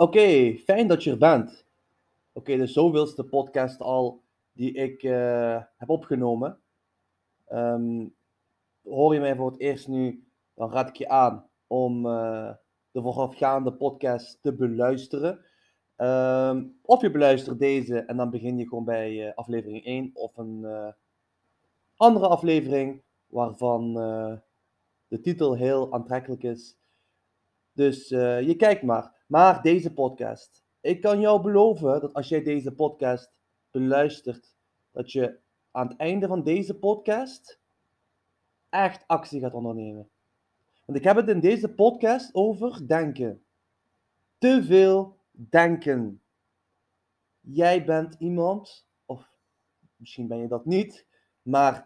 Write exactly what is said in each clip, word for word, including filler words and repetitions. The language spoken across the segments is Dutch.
Oké, fijn dat je er bent. Oké, de zoveelste podcast al die ik eh, heb opgenomen. Ehm, Hoor je mij voor het eerst nu, dan raad ik je aan om eh, de voorafgaande podcast te beluisteren. Ehm, of je beluistert deze en dan begin je gewoon bij eh, aflevering één of een eh, andere aflevering waarvan eh, de titel heel aantrekkelijk is. Dus eh, je kijkt maar. Maar deze podcast. Ik kan jou beloven dat als jij deze podcast beluistert, dat je aan het einde van deze podcast echt actie gaat ondernemen. Want ik heb het in deze podcast over denken. Te veel denken. Jij bent iemand, of misschien ben je dat niet, maar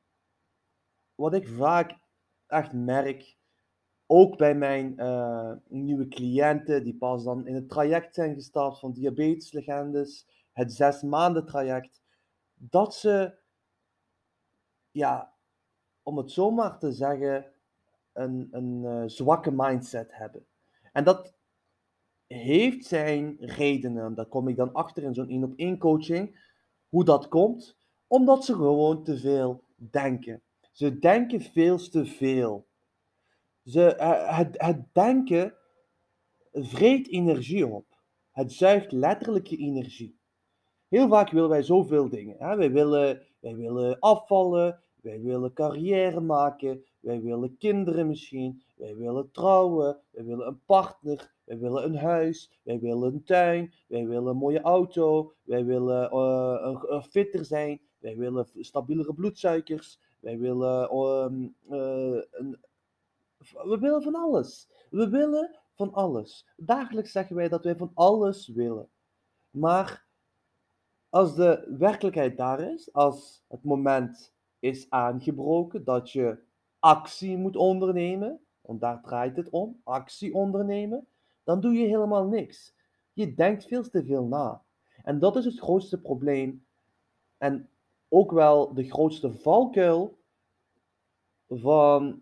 wat ik vaak echt merk, ook bij mijn uh, nieuwe cliënten die pas dan in het traject zijn gestapt van diabeteslegendes, het zes maanden traject, dat ze, ja, om het zo maar te zeggen, een, een uh, zwakke mindset hebben. En dat heeft zijn redenen, daar kom ik dan achter in zo'n één op één coaching, hoe dat komt, omdat ze gewoon te veel denken. Ze denken veel te veel. Ze, uh, het, het denken vreet energie op. Het zuigt letterlijk je energie. Heel vaak willen wij zoveel dingen. Hè? Wij, willen, wij willen afvallen, wij willen carrière maken, wij willen kinderen misschien, wij willen trouwen, wij willen een partner, wij willen een huis, wij willen een tuin, wij willen een mooie auto, wij willen uh, een, een fitter zijn, wij willen stabielere bloedsuikers, wij willen, uh, uh, een, we willen van alles. We willen van alles. Dagelijks zeggen wij dat wij van alles willen. Maar als de werkelijkheid daar is, als het moment is aangebroken dat je actie moet ondernemen, want daar draait het om, actie ondernemen, dan doe je helemaal niks. Je denkt veel te veel na. En dat is het grootste probleem en ook wel de grootste valkuil van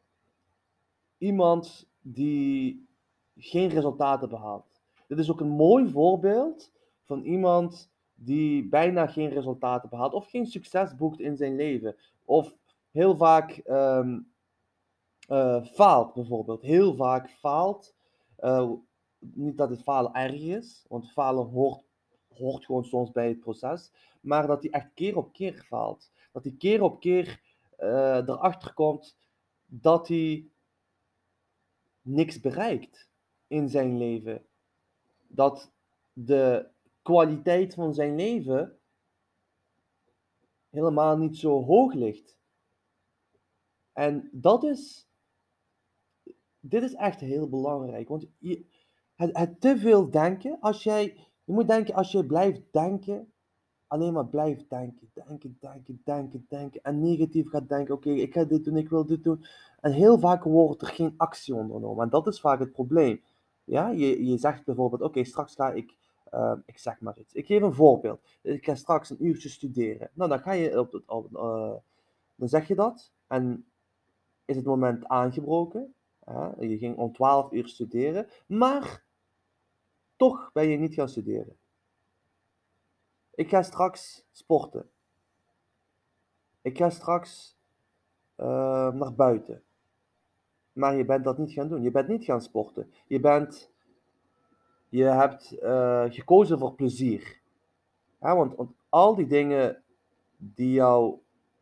iemand die geen resultaten behaalt. Dit is ook een mooi voorbeeld van iemand die bijna geen resultaten behaalt of geen succes boekt in zijn leven. Of heel vaak um, uh, faalt bijvoorbeeld. Heel vaak faalt. Uh, niet dat het falen erg is, want falen hoort, hoort gewoon soms bij het proces. Maar dat hij echt keer op keer faalt. Dat hij keer op keer uh, erachter komt dat hij niks bereikt in zijn leven. Dat de kwaliteit van zijn leven helemaal niet zo hoog ligt. En dat is, dit is echt heel belangrijk. Want je, het, het te veel denken, als jij, je moet denken, als je blijft denken, alleen maar blijft denken, denken, denken, denken, denken. En negatief gaat denken, oké, okay, ik ga dit doen, ik wil dit doen. En heel vaak wordt er geen actie ondernomen. En dat is vaak het probleem. Ja, je, je zegt bijvoorbeeld, oké, okay, straks ga ik, uh, ik zeg maar iets. Ik geef een voorbeeld. Ik ga straks een uurtje studeren. Nou, dan ga je op het, op, uh, dan zeg je dat. En is het moment aangebroken. Uh, je ging om twaalf uur studeren. Maar toch ben je niet gaan studeren. Ik ga straks sporten. Ik ga straks uh, naar buiten. Maar je bent dat niet gaan doen. Je bent niet gaan sporten. Je bent, je hebt uh, gekozen voor plezier. Ja, want, want al die dingen die jou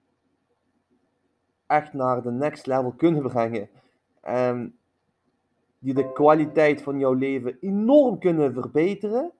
echt naar de next level kunnen brengen. En die de kwaliteit van jouw leven enorm kunnen verbeteren.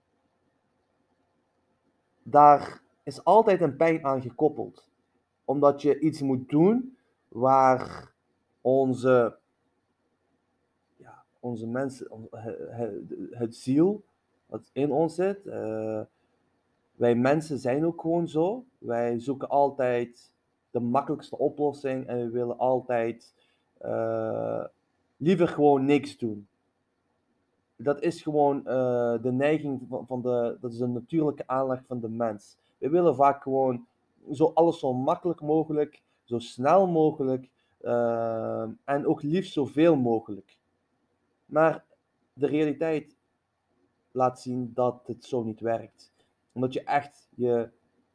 Daar is altijd een pijn aan gekoppeld. Omdat je iets moet doen waar onze, ja, onze mensen, het, het ziel wat in ons zit. Uh, wij mensen zijn ook gewoon zo. Wij zoeken altijd de makkelijkste oplossing en we willen altijd uh, liever gewoon niks doen. Dat is gewoon uh, de neiging van, van de, dat is een natuurlijke aanleg van de mens. We willen vaak gewoon zo alles zo makkelijk mogelijk, zo snel mogelijk uh, en ook liefst zoveel mogelijk. Maar de realiteit laat zien dat het zo niet werkt. Omdat je echt je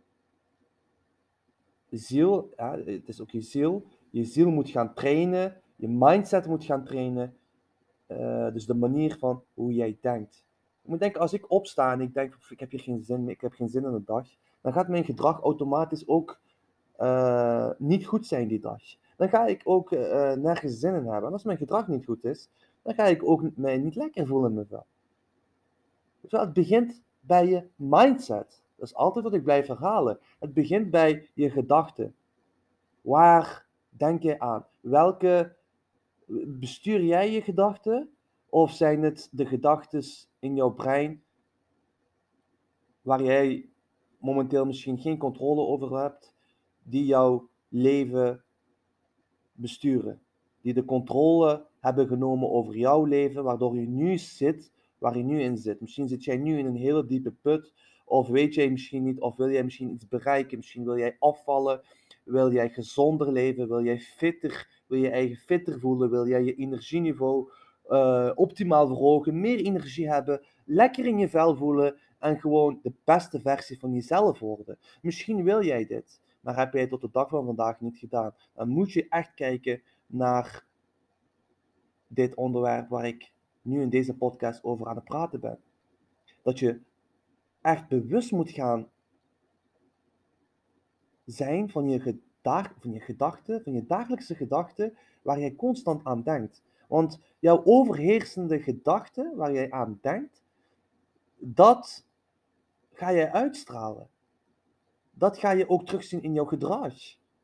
ziel, ja, het is ook je ziel, je ziel moet gaan trainen, je mindset moet gaan trainen. Uh, dus de manier van hoe jij denkt. Je moet denken, als ik opsta en ik denk, ik heb hier geen zin, ik heb geen zin in de dag, dan gaat mijn gedrag automatisch ook uh, niet goed zijn die dag. Dan ga ik ook uh, nergens zin in hebben. En als mijn gedrag niet goed is, dan ga ik ook mij niet lekker voelen in mijn vel. Dus het begint bij je mindset. Dat is altijd wat ik blijf herhalen. Het begint bij je gedachten. Waar denk je aan? Welke bestuur jij je gedachten? Of zijn het de gedachten in jouw brein waar jij momenteel misschien geen controle over hebt, die jouw leven besturen? Die de controle hebben genomen over jouw leven, waardoor je nu zit waar je nu in zit. Misschien zit jij nu in een hele diepe put, of weet jij misschien niet, of wil jij misschien iets bereiken, misschien wil jij afvallen, wil jij gezonder leven, wil jij fitter, wil je eigen fitter voelen, wil jij je energieniveau uh, optimaal verhogen, meer energie hebben, lekker in je vel voelen en gewoon de beste versie van jezelf worden. Misschien wil jij dit, maar heb jij het tot de dag van vandaag niet gedaan. Dan moet je echt kijken naar dit onderwerp waar ik nu in deze podcast over aan het praten ben. Dat je echt bewust moet gaan zijn van je, gedag, van je gedachten, van je dagelijkse gedachten, waar jij constant aan denkt. Want jouw overheersende gedachten, waar jij aan denkt, dat ga jij uitstralen. Dat ga je ook terugzien in jouw gedrag.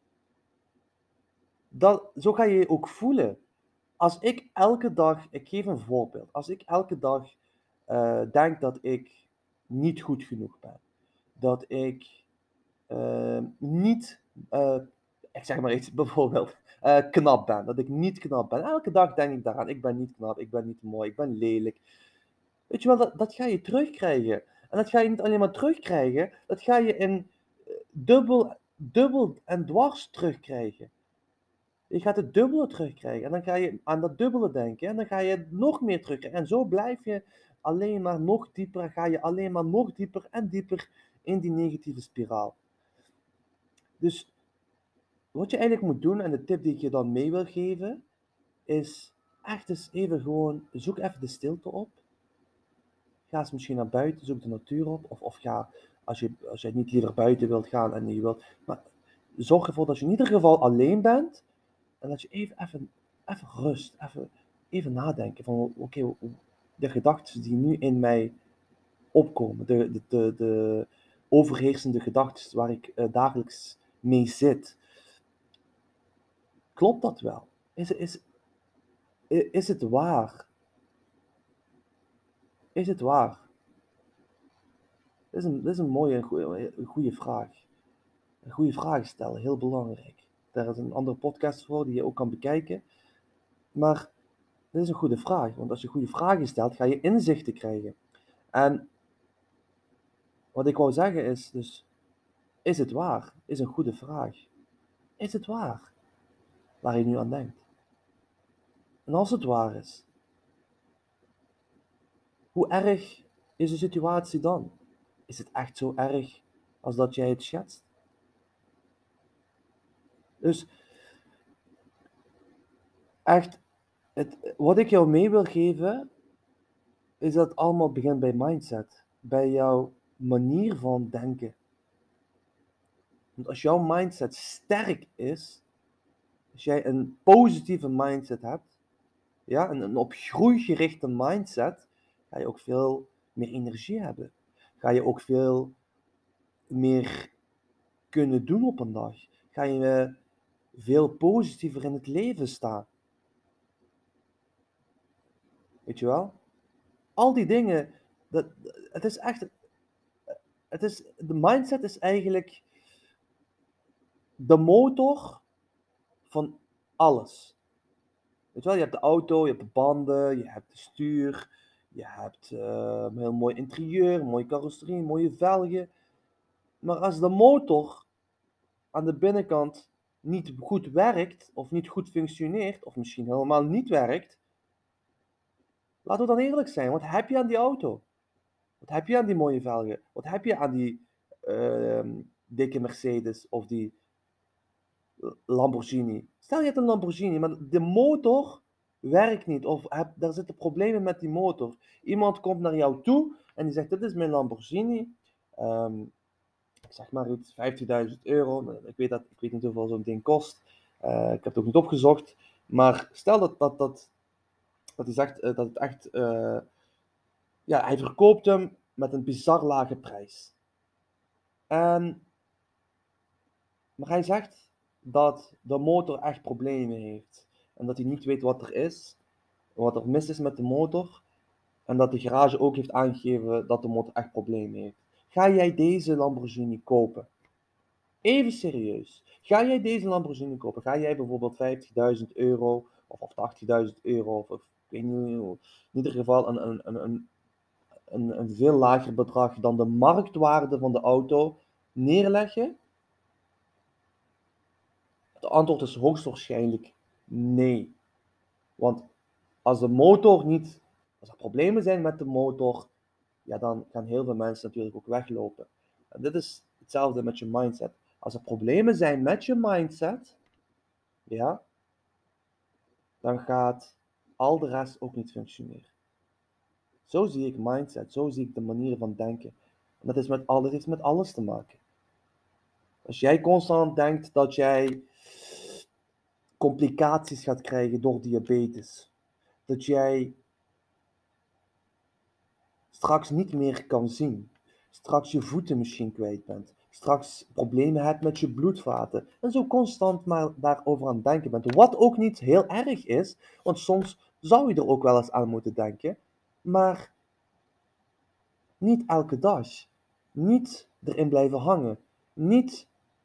Dat, zo ga je je ook voelen. Als ik elke dag, ik geef een voorbeeld, als ik elke dag uh, denk dat ik niet goed genoeg ben, dat ik uh, niet, uh, ik zeg maar iets, bijvoorbeeld, uh, knap ben, dat ik niet knap ben. Elke dag denk ik daaraan, ik ben niet knap, ik ben niet mooi, ik ben lelijk. Weet je wel, dat, dat ga je terugkrijgen. En dat ga je niet alleen maar terugkrijgen, dat ga je in dubbel, dubbel en dwars terugkrijgen. Je gaat het dubbele terugkrijgen. En dan ga je aan dat dubbele denken. En dan ga je nog meer terugkrijgen. En zo blijf je alleen maar nog dieper. Ga je alleen maar nog dieper en dieper in die negatieve spiraal. Dus wat je eigenlijk moet doen, en de tip die ik je dan mee wil geven, is echt eens even gewoon, zoek even de stilte op. Ga eens misschien naar buiten, zoek de natuur op. Of, of ga, als je, als je niet liever buiten wilt gaan en je wilt. Maar zorg ervoor dat je in ieder geval alleen bent. En dat je even, even, even rust, even, even nadenken van oké, okay, de gedachten die nu in mij opkomen, de, de, de, de overheersende gedachten waar ik uh, dagelijks mee zit, klopt dat wel? Is, is, is het waar? Is het waar? Dit is een, dit is een mooie en goede, een goede vraag. Een goede vraag stellen, heel belangrijk. Daar is een andere podcast voor die je ook kan bekijken. Maar dit is een goede vraag, want als je goede vragen stelt, ga je inzichten krijgen. En wat ik wou zeggen is dus, is het waar? Is een goede vraag. Is het waar? Waar je nu aan denkt. En als het waar is, hoe erg is de situatie dan? Is het echt zo erg als dat jij het schetst? Dus, echt, het, wat ik jou mee wil geven, is dat het allemaal begint bij mindset. Bij jouw manier van denken. Want als jouw mindset sterk is, als jij een positieve mindset hebt, ja, een, een op groei gerichte mindset, ga je ook veel meer energie hebben. Ga je ook veel meer kunnen doen op een dag. Ga je veel positiever in het leven staan. Weet je wel? Al die dingen, dat, het is echt, het is, de mindset is eigenlijk de motor van alles. Weet je wel, je hebt de auto, je hebt de banden, je hebt de stuur, je hebt uh, een heel mooi interieur, een mooie carrosserie, mooie velgen. Maar als de motor aan de binnenkant niet goed werkt, of niet goed functioneert, of misschien helemaal niet werkt, laten we dan eerlijk zijn, wat heb je aan die auto? Wat heb je aan die mooie velgen? Wat heb je aan die uh, dikke Mercedes of die Lamborghini? Stel je hebt een Lamborghini, maar de motor werkt niet of heb, daar zitten problemen met die motor. Iemand komt naar jou toe en die zegt, dit is mijn Lamborghini. Um, ik zeg maar iets, vijftigduizend euro. Ik weet, dat, ik weet niet hoeveel zo'n ding kost. Uh, ik heb het ook niet opgezocht. Maar stel dat, dat, dat, dat hij zegt uh, dat het echt... Uh, ja, hij verkoopt hem met een bizar lage prijs. En, maar hij zegt dat de motor echt problemen heeft. En dat hij niet weet wat er is. Wat er mis is met de motor. En dat de garage ook heeft aangegeven dat de motor echt problemen heeft. Ga jij deze Lamborghini kopen? Even serieus. Ga jij deze Lamborghini kopen? Ga jij bijvoorbeeld vijftigduizend euro of, of tachtigduizend euro of, of ik weet niet, in ieder geval een, een, een, een, een, een veel lager bedrag dan de marktwaarde van de auto neerleggen? Het antwoord is hoogstwaarschijnlijk nee. Want als de motor niet, als er problemen zijn met de motor, ja, dan gaan heel veel mensen natuurlijk ook weglopen. En dit is hetzelfde met je mindset. Als er problemen zijn met je mindset, ja, dan gaat al de rest ook niet functioneren. Zo zie ik mindset, zo zie ik de manier van denken. En dat, is met alles, dat heeft met alles te maken. Als jij constant denkt dat jij complicaties gaat krijgen door diabetes, dat jij straks niet meer kan zien, straks je voeten misschien kwijt bent, straks problemen hebt met je bloedvaten en zo constant maar daarover aan het denken bent, wat ook niet heel erg is, want soms zou je er ook wel eens aan moeten denken, maar niet elke dag, niet erin blijven hangen, niet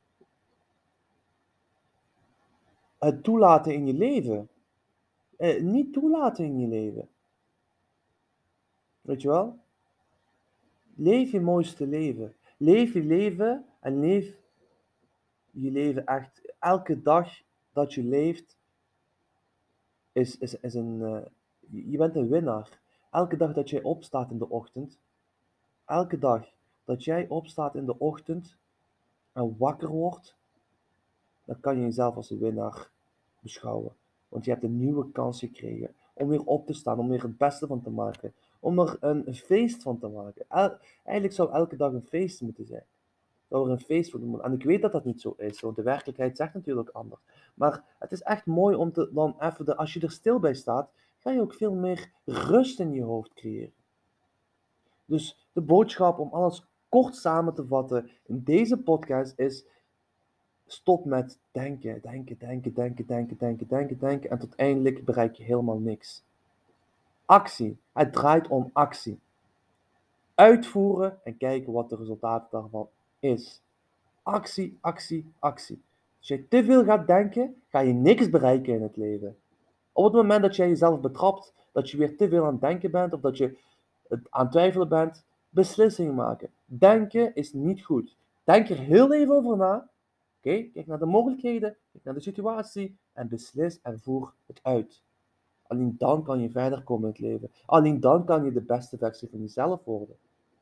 het toelaten in je leven, eh, niet toelaten in je leven, weet je wel? Leef je mooiste leven. Leef je leven en leef je leven echt. Elke dag dat je leeft is, is, is een... Uh, je bent een winnaar. Elke dag dat jij opstaat in de ochtend. Elke dag dat jij opstaat in de ochtend en wakker wordt, dan kan je jezelf als een winnaar beschouwen. Want je hebt een nieuwe kans gekregen om weer op te staan, om weer het beste van te maken. Om er een, een feest van te maken. El, eigenlijk zou elke dag een feest moeten zijn. Zou er een feest voor doen. En ik weet dat dat niet zo is, want de werkelijkheid zegt natuurlijk anders. Maar het is echt mooi om te, dan even, de, als je er stil bij staat, ga je ook veel meer rust in je hoofd creëren. Dus de boodschap om alles kort samen te vatten in deze podcast is: stop met denken, denken, denken, denken, denken, denken, denken, denken. En uiteindelijk bereik je helemaal niks. Actie. Het draait om actie. Uitvoeren en kijken wat de resultaat daarvan is. Actie, actie, actie. Als je te veel gaat denken, ga je niks bereiken in het leven. Op het moment dat jij jezelf betrapt, dat je weer te veel aan het denken bent, of dat je aan het twijfelen bent, beslissingen maken. Denken is niet goed. Denk er heel even over na. Oké, okay? Kijk naar de mogelijkheden, kijk naar de situatie en beslis en voer het uit. Alleen dan kan je verder komen in het leven. Alleen dan kan je de beste versie van jezelf worden.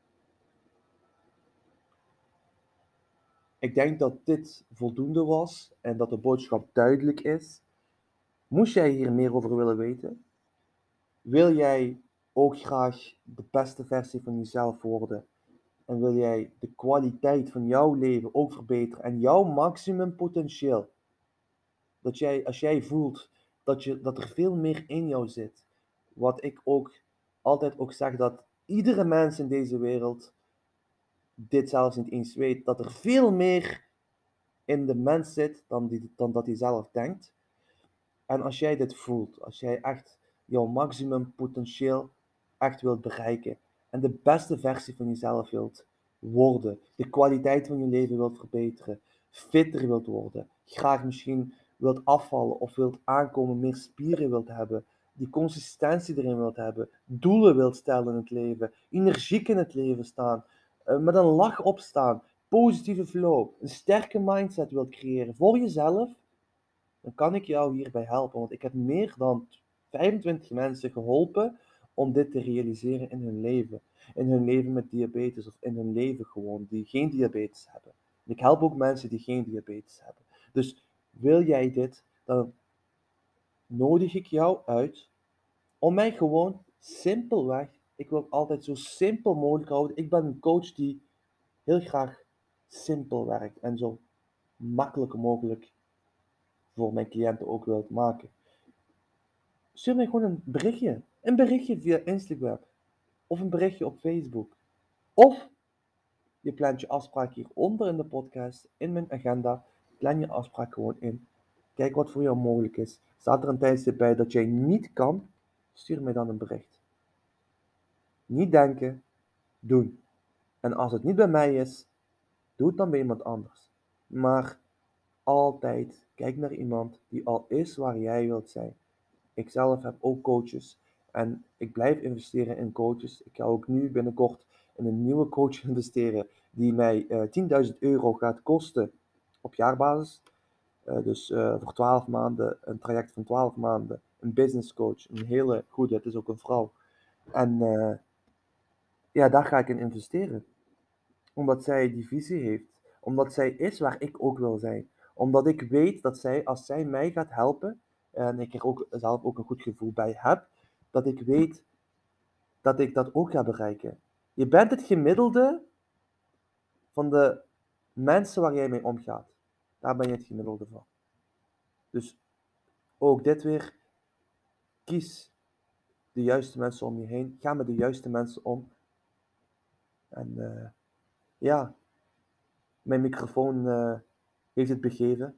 Ik denk dat dit voldoende was en dat de boodschap duidelijk is. Moest jij hier meer over willen weten? Wil jij ook graag de beste versie van jezelf worden? En wil jij de kwaliteit van jouw leven ook verbeteren en jouw maximum potentieel? Dat jij, als jij voelt dat, je, dat er veel meer in jou zit, wat ik ook altijd ook zeg, dat iedere mens in deze wereld dit zelfs niet eens weet, dat er veel meer in de mens zit dan, die, dan dat hij zelf denkt. En als jij dit voelt, als jij echt jouw maximum potentieel echt wilt bereiken en de beste versie van jezelf wilt worden, de kwaliteit van je leven wilt verbeteren, fitter wilt worden, graag misschien wilt afvallen of wilt aankomen, meer spieren wilt hebben, die consistentie erin wilt hebben, doelen wilt stellen in het leven, energiek in het leven staan, met een lach opstaan, positieve flow, een sterke mindset wilt creëren voor jezelf, dan kan ik jou hierbij helpen. Want ik heb meer dan vijfentwintig mensen geholpen om dit te realiseren in hun leven. In hun leven met diabetes of in hun leven gewoon, die geen diabetes hebben. Ik help ook mensen die geen diabetes hebben. Dus wil jij dit, dan nodig ik jou uit om mij gewoon simpelweg, ik wil het altijd zo simpel mogelijk houden. Ik ben een coach die heel graag simpel werkt en zo makkelijk mogelijk voor mijn cliënten ook wil maken. Stuur mij gewoon een berichtje. Een berichtje via Instagram. Of een berichtje op Facebook. Of je plant je afspraak hieronder in de podcast, in mijn agenda. Plan je afspraak gewoon in. Kijk wat voor jou mogelijk is. Staat er een tijdstip bij dat jij niet kan? Stuur mij dan een bericht. Niet denken, doen. En als het niet bij mij is, doe het dan bij iemand anders. Maar altijd kijk naar iemand die al is waar jij wilt zijn. Ik zelf heb ook coaches en ik blijf investeren in coaches. Ik ga ook nu binnenkort in een nieuwe coach investeren die mij uh, tienduizend euro gaat kosten op jaarbasis. Uh, dus uh, voor twaalf maanden, een traject van twaalf maanden, een business coach, een hele goede, het is ook een vrouw. En uh, ja, daar ga ik in investeren. Omdat zij die visie heeft. Omdat zij is waar ik ook wil zijn. Omdat ik weet dat zij, als zij mij gaat helpen, en ik er ook zelf ook een goed gevoel bij heb, dat ik weet dat ik dat ook ga bereiken. Je bent het gemiddelde van de mensen waar jij mee omgaat. Daar ben je het gemiddelde van. Dus ook dit weer, kies de juiste mensen om je heen. Ga met de juiste mensen om. En uh, ja, mijn microfoon uh, heeft het begeven.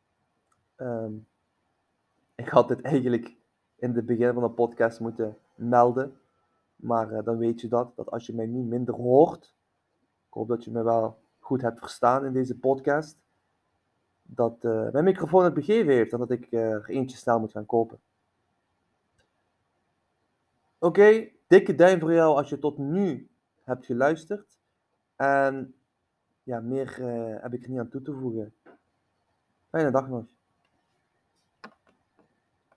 Um, ik had dit eigenlijk in het begin van de podcast moeten melden. Maar uh, dan weet je dat, dat als je mij nu minder hoort, ik hoop dat je me wel goed hebt verstaan in deze podcast, dat uh, mijn microfoon het begeven heeft en dat ik uh, er eentje snel moet gaan kopen. Oké, okay, dikke duim voor jou als je tot nu hebt geluisterd. En ja, meer uh, heb ik er niet aan toe te voegen. Fijne dag nog.